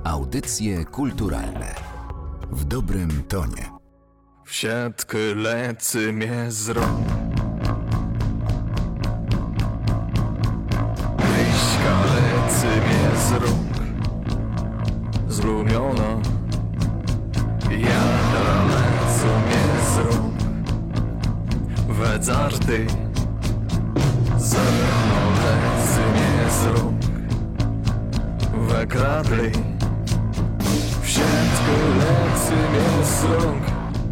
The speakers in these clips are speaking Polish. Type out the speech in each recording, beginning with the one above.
Audycje kulturalne w dobrym tonie. W siatkę lecy mnie z rąk, liśka lecy mnie z rąk, zrumiona jadra lecy mnie z rąk, wedzarty zerno lecy mnie z rąk, we kradli w siatkę lecy mnie z rąk.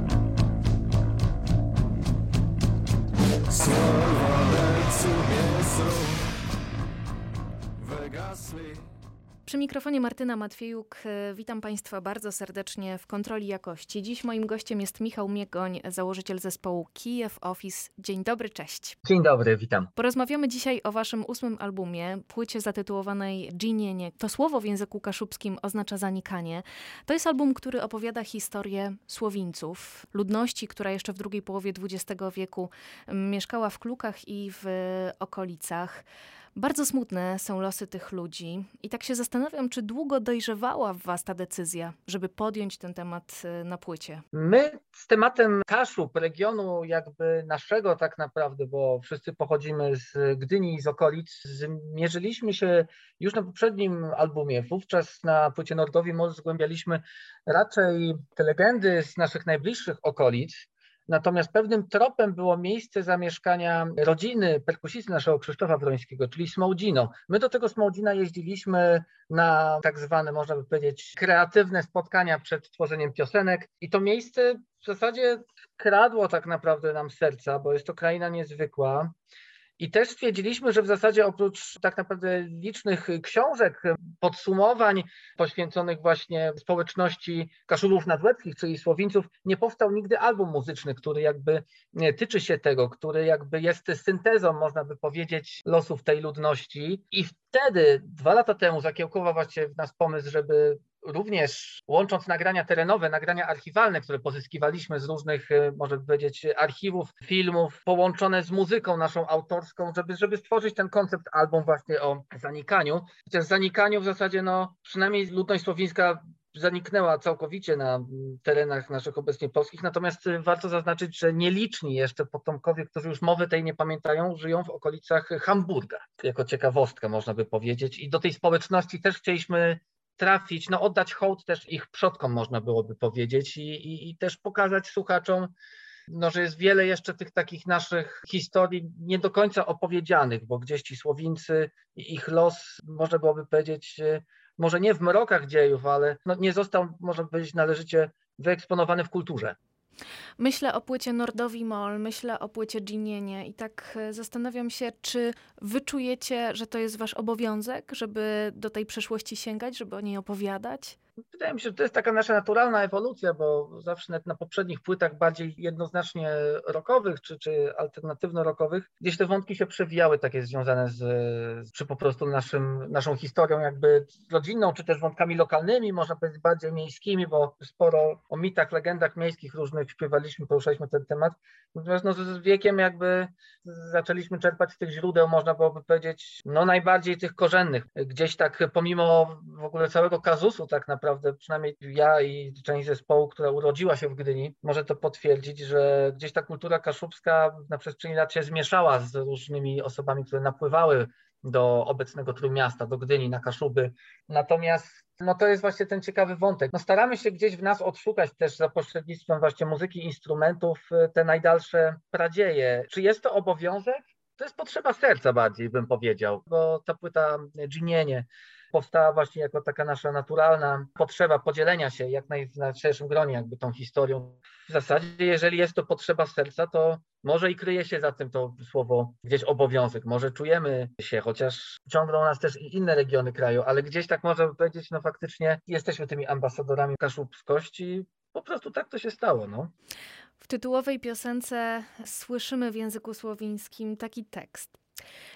Przy mikrofonie Martyna Matwiejuk. Witam Państwa bardzo serdecznie w Kontroli Jakości. Dziś moim gościem jest Michał Miegoń, założyciel zespołu Kijew Office. Dzień dobry, cześć. Dzień dobry, witam. Porozmawiamy dzisiaj o waszym 8. albumie, płycie zatytułowanej Dżinienie. To słowo w języku kaszubskim oznacza zanikanie. To jest album, który opowiada historię Słowińców, ludności, która jeszcze w drugiej połowie XX wieku mieszkała w Klukach i w okolicach. Bardzo smutne są losy tych ludzi i tak się zastanawiam, czy długo dojrzewała w was ta decyzja, żeby podjąć ten temat na płycie? My z tematem Kaszub, regionu jakby naszego tak naprawdę, bo wszyscy pochodzimy z Gdyni i z okolic, zmierzyliśmy się już na poprzednim albumie. Wówczas na płycie Nordowi Mol zgłębialiśmy raczej te legendy z naszych najbliższych okolic. Natomiast pewnym tropem było miejsce zamieszkania rodziny perkusisty naszego Krzysztofa Wrońskiego, czyli Smołdzino. My do tego Smołdzina jeździliśmy na tak zwane, można by powiedzieć, kreatywne spotkania przed tworzeniem piosenek i to miejsce w zasadzie kradło tak naprawdę nam serca, bo jest to kraina niezwykła. I też stwierdziliśmy, że w zasadzie oprócz tak naprawdę licznych książek, podsumowań poświęconych właśnie społeczności Kaszubów Nadłębskich, czyli Słowińców, nie powstał nigdy album muzyczny, który jakby tyczy się tego, który jakby jest syntezą, można by powiedzieć, losów tej ludności. I wtedy, 2 lata temu, zakiełkował właśnie w nas pomysł, żeby również łącząc nagrania terenowe, nagrania archiwalne, które pozyskiwaliśmy z różnych, można powiedzieć, archiwów, filmów, połączone z muzyką naszą autorską, żeby stworzyć ten koncept album właśnie o zanikaniu. Chociaż zanikaniu w zasadzie, przynajmniej ludność słowińska zaniknęła całkowicie na terenach naszych obecnie polskich, natomiast warto zaznaczyć, że nieliczni jeszcze potomkowie, którzy już mowy tej nie pamiętają, żyją w okolicach Hamburga. Jako ciekawostka można by powiedzieć i do tej społeczności też chcieliśmy trafić, oddać hołd też ich przodkom, można byłoby powiedzieć i też pokazać słuchaczom, że jest wiele jeszcze tych takich naszych historii nie do końca opowiedzianych, bo gdzieś ci Słowińcy i ich los, można byłoby powiedzieć, może nie w mrokach dziejów, ale nie został, można powiedzieć, należycie wyeksponowany w kulturze. Myślę o płycie Nordowi Mol, myślę o płycie Dżinienie i tak zastanawiam się, czy wy czujecie, że to jest wasz obowiązek, żeby do tej przeszłości sięgać, żeby o niej opowiadać? Wydaje mi się, że to jest taka nasza naturalna ewolucja, bo zawsze na poprzednich płytach bardziej jednoznacznie rockowych czy alternatywno-rockowych, gdzieś te wątki się przewijały takie związane czy po prostu naszą historią jakby rodzinną, czy też wątkami lokalnymi, można powiedzieć bardziej miejskimi, bo sporo o mitach, legendach miejskich różnych śpiewaliśmy, poruszaliśmy ten temat. Natomiast z wiekiem jakby zaczęliśmy czerpać z tych źródeł, można byłoby powiedzieć, najbardziej tych korzennych. Gdzieś tak pomimo w ogóle całego kazusu tak naprawdę, przynajmniej ja i część zespołu, która urodziła się w Gdyni, może to potwierdzić, że gdzieś ta kultura kaszubska na przestrzeni lat się zmieszała z różnymi osobami, które napływały do obecnego Trójmiasta, do Gdyni, na Kaszuby. Natomiast to jest właśnie ten ciekawy wątek. Staramy się gdzieś w nas odszukać też za pośrednictwem właśnie muzyki, instrumentów te najdalsze pradzieje. Czy jest to obowiązek? To jest potrzeba serca bardziej, bym powiedział, bo ta płyta Dżinienie powstała właśnie jako taka nasza naturalna potrzeba podzielenia się jak najszerszym gronie jakby tą historią. W zasadzie, jeżeli jest to potrzeba serca, to może i kryje się za tym to słowo gdzieś obowiązek. Może czujemy się, chociaż ciągną nas też i inne regiony kraju, ale gdzieś tak można powiedzieć, faktycznie jesteśmy tymi ambasadorami kaszubskości. Po prostu tak to się stało, W tytułowej piosence słyszymy w języku słowińskim taki tekst.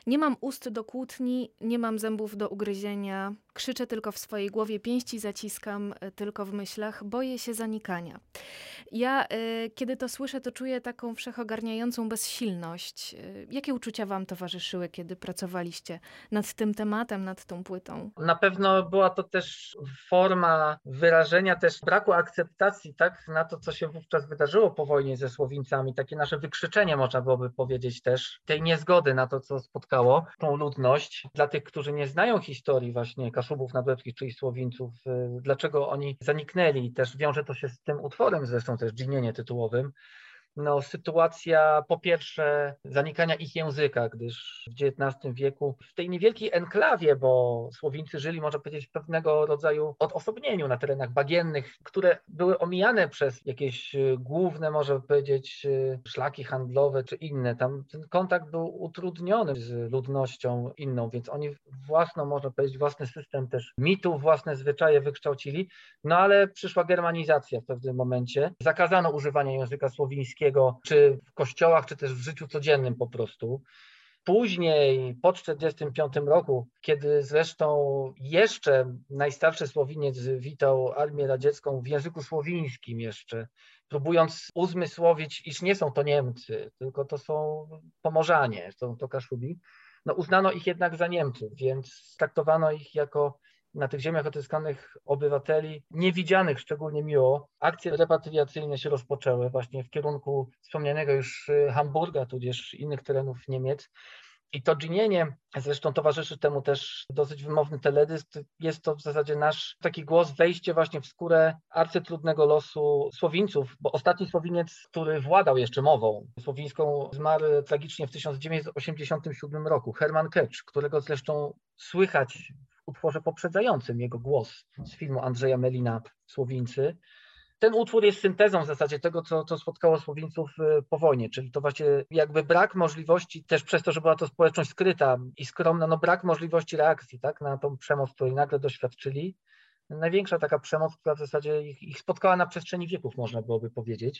Nie mam ust do kłótni, nie mam zębów do ugryzienia, krzyczę tylko w swojej głowie, pięści zaciskam tylko w myślach, boję się zanikania. Ja, kiedy to słyszę, to czuję taką wszechogarniającą bezsilność. Jakie uczucia wam towarzyszyły, kiedy pracowaliście nad tym tematem, nad tą płytą? Na pewno była to też forma wyrażenia też braku akceptacji, tak, na to, co się wówczas wydarzyło po wojnie ze Słowińcami. Takie nasze wykrzyczenie, można byłoby powiedzieć też, tej niezgody na to, co spotkało tą ludność. Dla tych, którzy nie znają historii właśnie Kaszubów Nadłebskich, czyli Słowińców, dlaczego oni zaniknęli. Też wiąże to się z tym utworem, zresztą też dżinienie tytułowym. No, sytuacja po pierwsze zanikania ich języka, gdyż w XIX wieku w tej niewielkiej enklawie, bo Słowińcy żyli, można powiedzieć, w pewnego rodzaju odosobnieniu na terenach bagiennych, które były omijane przez jakieś główne, można powiedzieć, szlaki handlowe czy inne. Tam ten kontakt był utrudniony z ludnością inną, więc oni własną, można powiedzieć, własny system też mitów, własne zwyczaje wykształcili, no ale przyszła germanizacja w pewnym momencie. Zakazano używania języka słowińskiego, czy w kościołach, czy też w życiu codziennym po prostu. Później, po 1945 roku, kiedy zresztą jeszcze najstarszy Słowiniec witał armię radziecką w języku słowińskim jeszcze, próbując uzmysłowić, iż nie są to Niemcy, tylko to są Pomorzanie, to Kaszubi, no uznano ich jednak za Niemców, więc traktowano ich jako na tych ziemiach odzyskanych obywateli, niewidzianych szczególnie miło. Akcje repatriacyjne się rozpoczęły właśnie w kierunku wspomnianego już Hamburga, tudzież innych terenów Niemiec. I to dżinienie, zresztą towarzyszy temu też dosyć wymowny teledysk, jest to w zasadzie nasz taki głos, wejście właśnie w skórę arcytrudnego losu Słowińców, bo ostatni Słowiniec, który władał jeszcze mową słowińską, zmarł tragicznie w 1987 roku, Hermann Kecz, którego zresztą słychać w utworze poprzedzającym jego głos z filmu Andrzeja Melina Słowińcy. Ten utwór jest syntezą w zasadzie tego, co spotkało Słowińców po wojnie, czyli to właśnie jakby brak możliwości, też przez to, że była to społeczność skryta i skromna, no brak możliwości reakcji, tak, na tą przemoc, której nagle doświadczyli. Największa taka przemoc, która w zasadzie ich spotkała na przestrzeni wieków, można byłoby powiedzieć.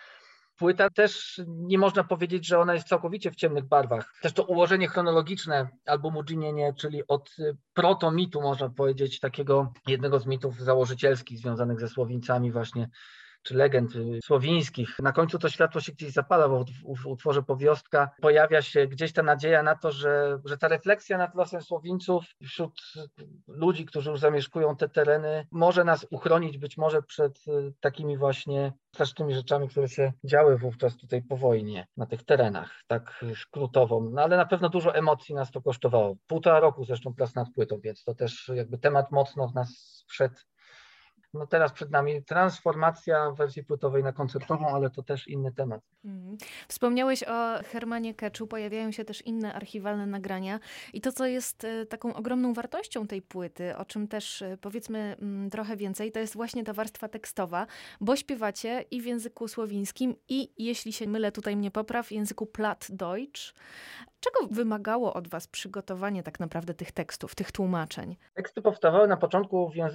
Płyta też nie można powiedzieć, że ona jest całkowicie w ciemnych barwach. Też to ułożenie chronologiczne albumu Dżinienie, czyli od proto-mitu, można powiedzieć, takiego jednego z mitów założycielskich związanych ze Słowińcami właśnie, czy legend słowińskich. Na końcu to światło się gdzieś zapala, bo w utworze Powiostka pojawia się gdzieś ta nadzieja na to, że ta refleksja nad losem Słowińców wśród ludzi, którzy już zamieszkują te tereny, może nas uchronić być może przed takimi właśnie strasznymi rzeczami, które się działy wówczas tutaj po wojnie na tych terenach, tak skrótowo. No ale na pewno dużo emocji nas to kosztowało. 1,5 roku zresztą prac nad płytą, więc to też jakby temat mocno w nas wszedł. No teraz przed nami transformacja w wersji płytowej na koncertową, ale to też inny temat. Wspomniałeś o Hermanie Keczu, pojawiają się też inne archiwalne nagrania i to, co jest taką ogromną wartością tej płyty, o czym też powiedzmy trochę więcej, to jest właśnie ta warstwa tekstowa, bo śpiewacie i w języku słowińskim i, jeśli się mylę, tutaj mnie popraw, w języku Plattdeutsch. Czego wymagało od was przygotowanie tak naprawdę tych tekstów, tych tłumaczeń? Teksty powstawały na początku w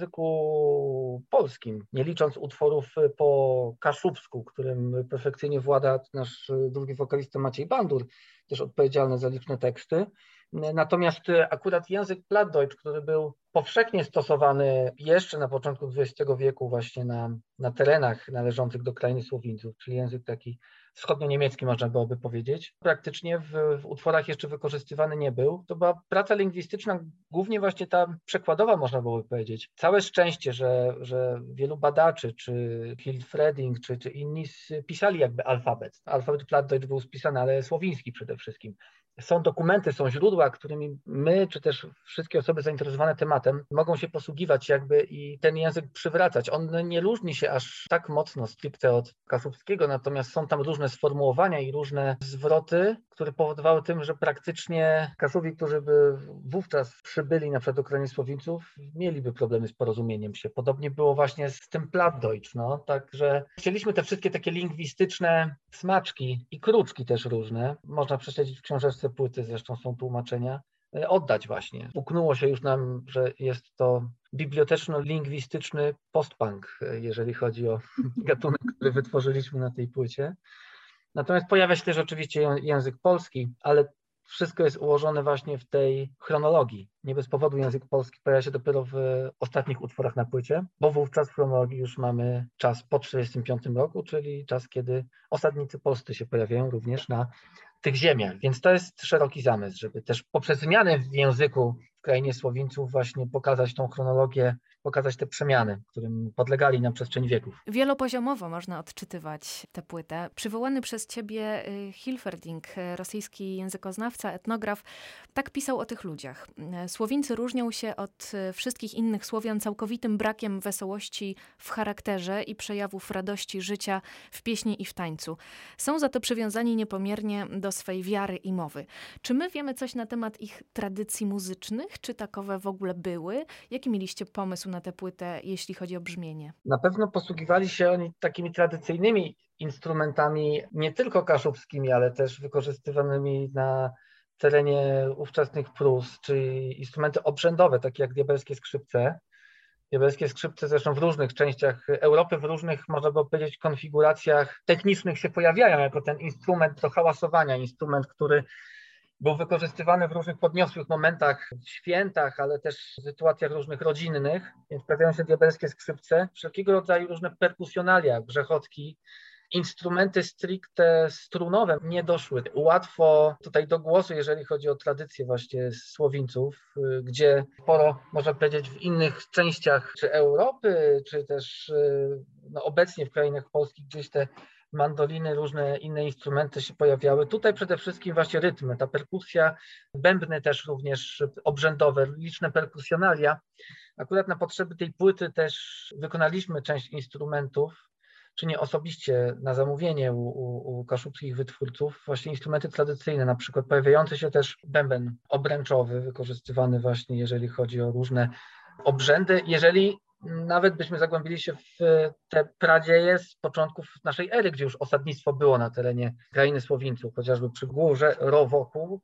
języku polskim, nie licząc utworów po kaszubsku, którym perfekcyjnie włada nasz drugi wokalista Maciej Bandur, też odpowiedzialny za liczne teksty. Natomiast akurat język Plattdeutsch, który był powszechnie stosowany jeszcze na początku XX wieku właśnie na terenach należących do krainy Słowińców, czyli język taki wschodnio-niemiecki można byłoby powiedzieć, praktycznie w utworach jeszcze wykorzystywany nie był. To była praca lingwistyczna, głównie właśnie ta przekładowa, można byłoby powiedzieć. Całe szczęście, że wielu badaczy, czy Hilfreding, czy inni pisali jakby alfabet. Alfabet Plattdeutsch był spisany, ale słowiński przede wszystkim. Są dokumenty, są źródła, którymi my, czy też wszystkie osoby zainteresowane tematem mogą się posługiwać jakby i ten język przywracać. On nie różni się aż tak mocno stricte od kaszubskiego, natomiast są tam różne sformułowania i różne zwroty, które powodowały tym, że praktycznie Kaszubi, którzy by wówczas przybyli na przykład do kraju Słowińców, mieliby problemy z porozumieniem się. Podobnie było właśnie z tym Plattdeutsch, no. Także chcieliśmy te wszystkie takie lingwistyczne smaczki i kruczki też różne, można prześledzić w książeczce płyty, zresztą są tłumaczenia, oddać właśnie. Uknęło się już nam, że jest to biblioteczno-lingwistyczny postpunk, jeżeli chodzi o gatunek, który wytworzyliśmy na tej płycie. Natomiast pojawia się też oczywiście język polski, ale wszystko jest ułożone właśnie w tej chronologii. Nie bez powodu język polski pojawia się dopiero w ostatnich utworach na płycie, bo wówczas w chronologii już mamy czas po 1945 roku, czyli czas, kiedy osadnicy polscy się pojawiają również na tych ziemiach. Więc to jest szeroki zamysł, żeby też poprzez zmiany w języku w krainie Słowińców właśnie pokazać tą chronologię, pokazać te przemiany, którym podlegali na przestrzeni wieków. Wielopoziomowo można odczytywać tę płytę. Przywołany przez ciebie Hilferding, rosyjski językoznawca, etnograf, tak pisał o tych ludziach. Słowińcy różnią się od wszystkich innych Słowian całkowitym brakiem wesołości w charakterze i przejawów radości życia w pieśni i w tańcu. Są za to przywiązani niepomiernie do swej wiary i mowy. Czy my wiemy coś na temat ich tradycji muzycznych? Czy takowe w ogóle były? Jaki mieliście pomysł na tę płytę, jeśli chodzi o brzmienie? Na pewno posługiwali się oni takimi tradycyjnymi instrumentami, nie tylko kaszubskimi, ale też wykorzystywanymi na terenie ówczesnych Prus, czyli instrumenty obrzędowe, takie jak diabelskie skrzypce. Diabelskie skrzypce zresztą w różnych częściach Europy, w różnych, można by powiedzieć, konfiguracjach technicznych się pojawiają jako ten instrument do hałasowania, instrument, który był wykorzystywany w różnych podniosłych momentach, w świętach, ale też w sytuacjach różnych rodzinnych, więc pojawiają się diabelskie skrzypce, wszelkiego rodzaju różne perkusjonalia, grzechotki, instrumenty stricte strunowe nie doszły łatwo tutaj do głosu, jeżeli chodzi o tradycję właśnie Słowińców, gdzie sporo, można powiedzieć, w innych częściach czy Europy, czy też obecnie w krainach polskich gdzieś te mandoliny, różne inne instrumenty się pojawiały. Tutaj przede wszystkim właśnie rytmy, ta perkusja, bębny też również obrzędowe, liczne perkusjonalia. Akurat na potrzeby tej płyty też wykonaliśmy część instrumentów, czy nie osobiście na zamówienie u kaszubskich wytwórców, właśnie instrumenty tradycyjne, na przykład pojawiający się też bęben obręczowy, wykorzystywany właśnie jeżeli chodzi o różne obrzędy. Jeżeli nawet byśmy zagłębili się w te pradzieje z początków naszej ery, gdzie już osadnictwo było na terenie krainy Słowińców, chociażby przy Górze, wokół,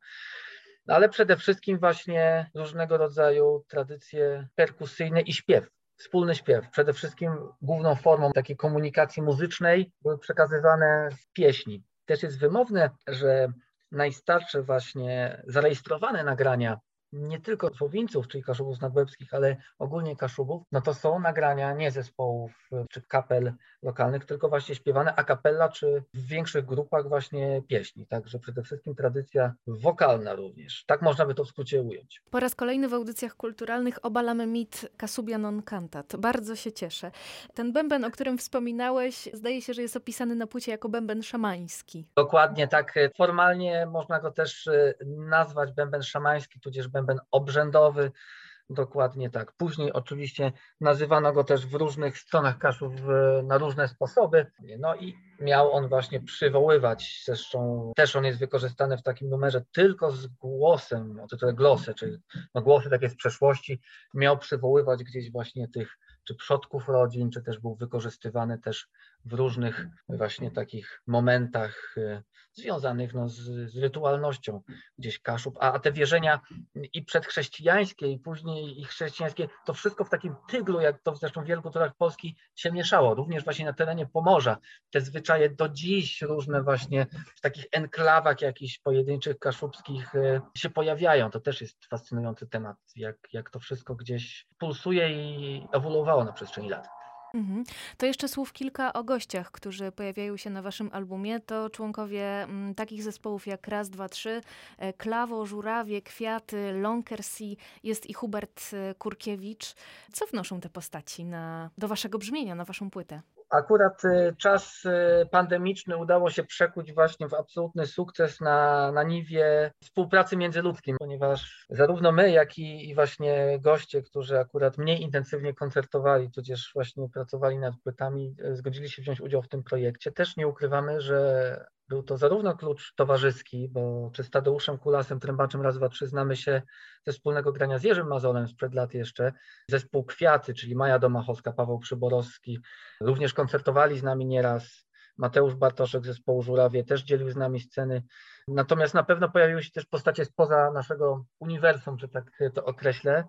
ale przede wszystkim właśnie różnego rodzaju tradycje perkusyjne i śpiew. Wspólny śpiew. Przede wszystkim główną formą takiej komunikacji muzycznej były przekazywane pieśni. Też jest wymowne, że najstarsze właśnie zarejestrowane nagrania nie tylko Słowińców, czyli Kaszubów nadłebskich, ale ogólnie Kaszubów, no to są nagrania nie zespołów czy kapel lokalnych, tylko właśnie śpiewane a cappella, czy w większych grupach właśnie pieśni. Także przede wszystkim tradycja wokalna również. Tak można by to w skrócie ująć. Po raz kolejny w audycjach kulturalnych obalamy mit Kasubia non cantat. Bardzo się cieszę. Ten bęben, o którym wspominałeś, zdaje się, że jest opisany na płycie jako bęben szamański. Dokładnie tak. Formalnie można go też nazwać bęben szamański, tudzież bęben obrzędowy. Dokładnie tak. Później oczywiście nazywano go też w różnych stronach Kaszub na różne sposoby. No i miał on właśnie przywoływać, zresztą też on jest wykorzystany w takim numerze tylko z głosem, o tytule glosy, czyli głosy takie z przeszłości, miał przywoływać gdzieś właśnie tych czy przodków rodzin, czy też był wykorzystywany też w różnych właśnie takich momentach związanych z rytualnością gdzieś Kaszub, a te wierzenia i przedchrześcijańskie i później i chrześcijańskie, to wszystko w takim tyglu, jak to zresztą w wielu kulturach Polski się mieszało, również właśnie na terenie Pomorza. Te zwyczaje do dziś różne właśnie w takich enklawach jakichś pojedynczych kaszubskich się pojawiają. To też jest fascynujący temat, jak to wszystko gdzieś pulsuje i ewoluowało na przestrzeni lat. To jeszcze słów kilka o gościach, którzy pojawiają się na waszym albumie. To członkowie takich zespołów jak Raz, Dwa, Trzy, Klawo, Żurawie, Kwiaty, Lonkersea, jest i Hubert Kurkiewicz. Co wnoszą te postaci do waszego brzmienia, na waszą płytę? Akurat czas pandemiczny udało się przekuć właśnie w absolutny sukces na niwie współpracy międzyludzkiej, ponieważ zarówno my, jak i właśnie goście, którzy akurat mniej intensywnie koncertowali, tudzież właśnie pracowali nad płytami, zgodzili się wziąć udział w tym projekcie. Też nie ukrywamy, że był to zarówno klucz towarzyski, bo czy z Tadeuszem Kulasem, trębaczem Raz, Dwa, Trzy znamy się ze wspólnego grania z Jerzym Mazolem sprzed lat jeszcze. Zespół Kwiaty, czyli Maja Domachowska, Paweł Przyborowski, również koncertowali z nami nieraz. Mateusz Bartoszek z zespołu Żurawie też dzielił z nami sceny. Natomiast na pewno pojawiły się też postacie spoza naszego uniwersum, że tak to określę,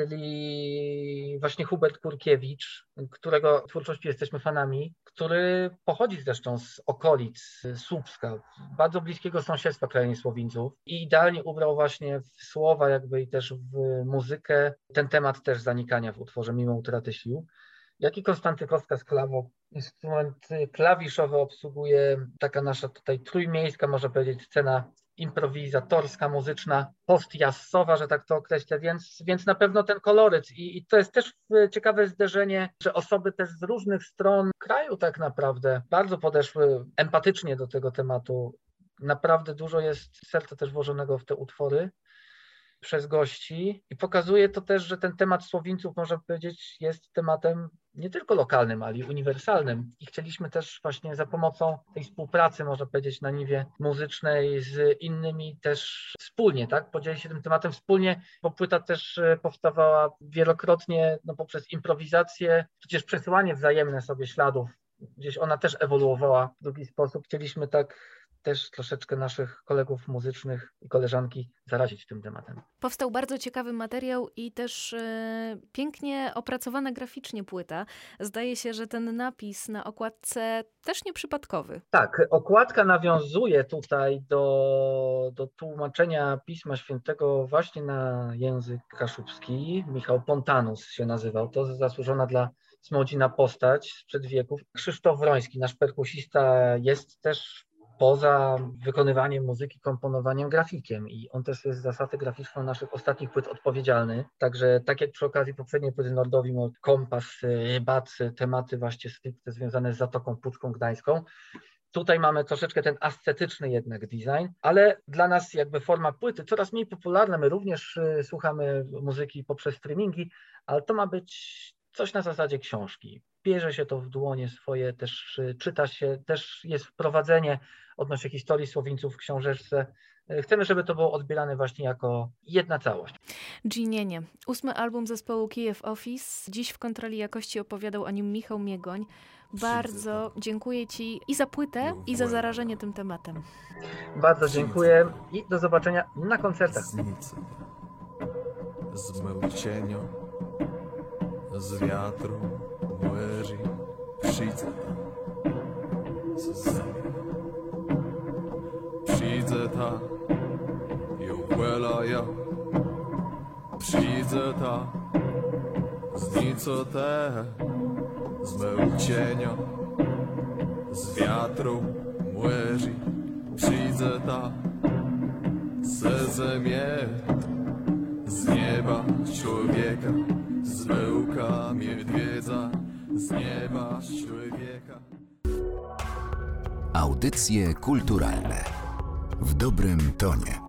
czyli właśnie Hubert Kurkiewicz, którego twórczości jesteśmy fanami, który pochodzi zresztą z okolic Słupska, bardzo bliskiego sąsiedztwa Krainy Słowińców i idealnie ubrał właśnie w słowa jakby i też w muzykę ten temat też zanikania w utworze Mimo utraty sił. Jak i Konstanty Kostka z klawą. Instrument klawiszowy obsługuje taka nasza tutaj trójmiejska, można powiedzieć, scena improwizatorska, muzyczna, post-jazzowa, że tak to określę, więc na pewno ten koloryt i to jest też ciekawe zderzenie, że osoby też z różnych stron kraju tak naprawdę bardzo podeszły empatycznie do tego tematu. Naprawdę dużo jest serca też włożonego w te utwory przez gości i pokazuje to też, że ten temat Słowińców, można powiedzieć, jest tematem nie tylko lokalnym, ale i uniwersalnym. I chcieliśmy też właśnie za pomocą tej współpracy, można powiedzieć, na niwie muzycznej z innymi też wspólnie, tak, podzielić się tym tematem wspólnie, bo płyta też powstawała wielokrotnie poprzez improwizację, przecież przesyłanie wzajemne sobie śladów, gdzieś ona też ewoluowała w drugi sposób. Chcieliśmy tak też troszeczkę naszych kolegów muzycznych i koleżanki zarazić tym tematem. Powstał bardzo ciekawy materiał i też pięknie opracowana graficznie płyta. Zdaje się, że ten napis na okładce też nieprzypadkowy. Tak, okładka nawiązuje tutaj do tłumaczenia Pisma Świętego właśnie na język kaszubski. Michał Pontanus się nazywał. To zasłużona dla Smodzina postać sprzed wieków. Krzysztof Wroński, nasz perkusista, jest też poza wykonywaniem muzyki, komponowaniem grafikiem i on też jest za satę graficzną naszych ostatnich płyt odpowiedzialny. Także tak jak przy okazji poprzedniej płyty Nordowim, Kompas, Rybacy, tematy właśnie stricte związane z Zatoką Pucką Gdańską. Tutaj mamy troszeczkę ten ascetyczny jednak design, ale dla nas jakby forma płyty coraz mniej popularna. My również słuchamy muzyki poprzez streamingi, ale to ma być coś na zasadzie książki. Bierze się to w dłonie swoje, też czyta się, też jest wprowadzenie odnośnie historii Słowińców w książeczce. Chcemy, żeby to było odbierane właśnie jako jedna całość. Dżinienie. 8. album zespołu Kijew Office. Dziś w Kontroli Jakości opowiadał o nim Michał Miegoń. Bardzo dziękuję Ci i za płytę, i za zarażenie tym tematem. Bardzo dziękuję i do zobaczenia na koncertach. Zmył cienio z wiatru łyży, przyjdę z zemi. Przyjdę ta i uwela ja. Przyjdę ta z nico te. Zmył cienio z wiatru łyży, przyjdę ta ze ziemię. Z nieba człowieka, z wełka miedwiedza, z nieba człowieka. Audycje kulturalne w dobrym tonie.